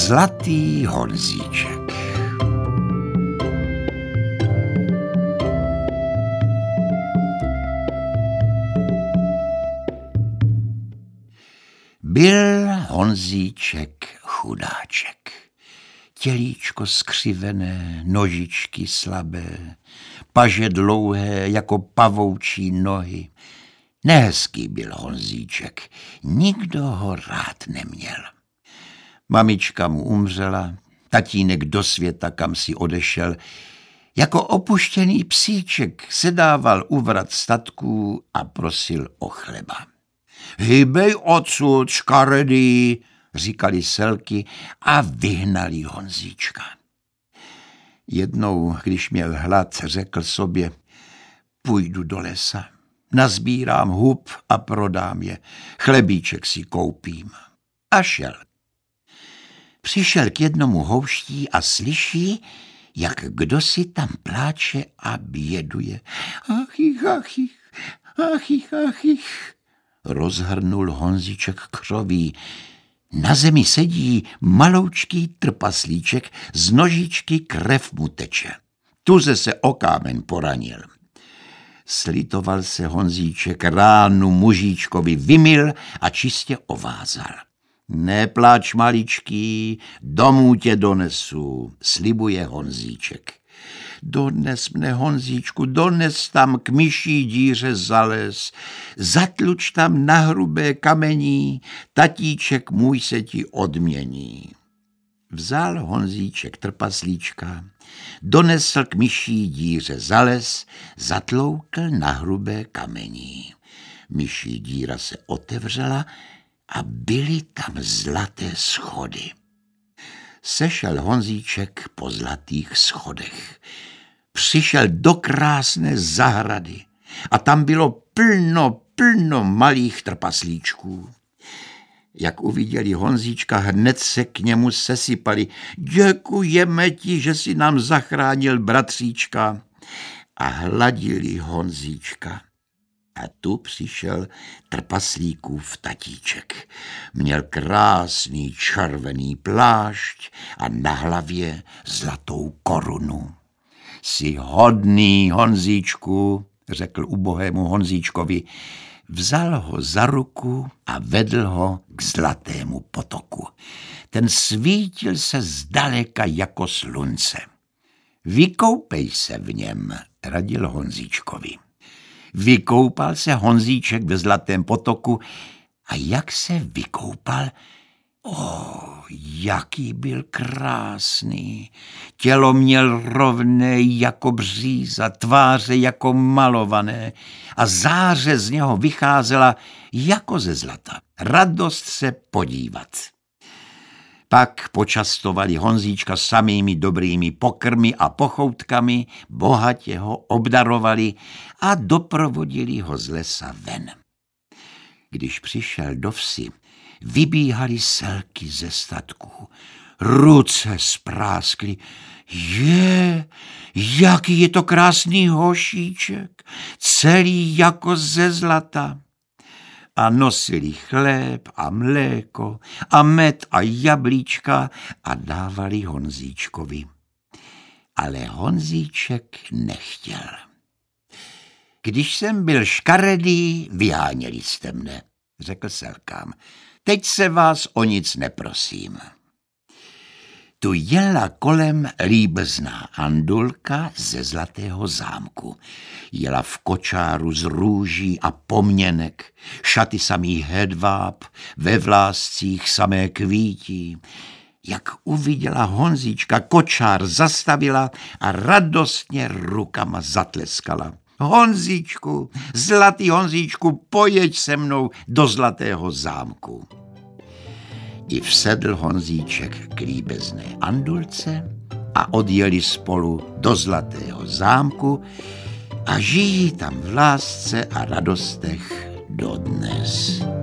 Zlatý Honzíček. Byl Honzíček chudáček. Tělíčko skřivené, nožičky slabé, paže dlouhé jako pavoučí nohy. Nehezký byl Honzíček, nikdo ho rád neměl. Mamička mu umřela, tatínek do světa, kam si odešel. Jako opuštěný psíček sedával u vrat statků a prosil o chleba. Hybej odsud, škaredý, říkali selky a vyhnali Honzíčka. Jednou, když měl hlad, řekl sobě, půjdu do lesa, nazbírám hub a prodám je, chlebíček si koupím. A šel. Přišel k jednomu houští a slyší, jak kdo si tam pláče a běduje. Achich, achich, achich, achich. Rozhrnul Honzíček křoví. Na zemi sedí maloučký trpaslíček, z nožičky krev mu teče. Tuze se o kámen poranil. Slitoval se Honzíček, ránu mužíčkovi vymyl a čistě ovázal. Nepláč, maličký, domů tě donesu, slibuje Honzíček. Dones mne, Honzíčku, dones tam k myší díře zales, zatluč tam na hrubé kamení, tatíček můj se ti odmění. Vzal Honzíček trpaslíčka, donesl k myší díře zales, zatloukl na hrubé kamení. Myší díra se otevřela a byly tam zlaté schody. Sešel Honzíček po zlatých schodech. Přišel do krásné zahrady a tam bylo plno malých trpaslíčků. Jak uviděli Honzíčka, hned se k němu sesypali. Děkujeme ti, že jsi nám zachránil bratříčka. A hladili Honzíčka. A tu přišel trpaslíkův tatíček. Měl krásný červený plášť a na hlavě zlatou korunu. Jsi hodný, Honzíčku, řekl ubohému Honzíčkovi. Vzal ho za ruku a vedl ho k zlatému potoku. Ten svítil se zdaleka jako slunce. Vykoupej se v něm, radil Honzíčkovi. Vykoupal se Honzíček ve zlatém potoku a jak se vykoupal, jaký byl krásný. Tělo měl rovné jako bříza, tváře jako malované a záře z něho vycházela jako ze zlata. Radost se podívat. Pak počastovali Honzíčka samými dobrými pokrmy a pochoutkami, bohatě ho obdarovali a doprovodili ho z lesa ven. Když přišel do vsi, vybíhali selky ze statků, ruce spráskly. Jaký je to krásný hošíček, celý jako ze zlata. A nosili chléb a mléko a med a jablíčka a dávali Honzíčkovi. Ale Honzíček nechtěl. Když jsem byl škaredý, vyháněli jste mne, řekl selkám. Teď se vás o nic neprosím. Tu jela kolem líbezná Andulka ze Zlatého zámku. Jela v kočáru z růží a pomněnek, šaty samý hedváb, ve vláscích samé kvítí. Jak uviděla Honzíčka, kočár zastavila a radostně rukama zatleskala. Honzíčku, zlatý Honzíčku, pojeď se mnou do Zlatého zámku. I vsedl Honzíček k líbezné Andulce a odjeli spolu do Zlatého zámku a žijí tam v lásce a radostech dodnes.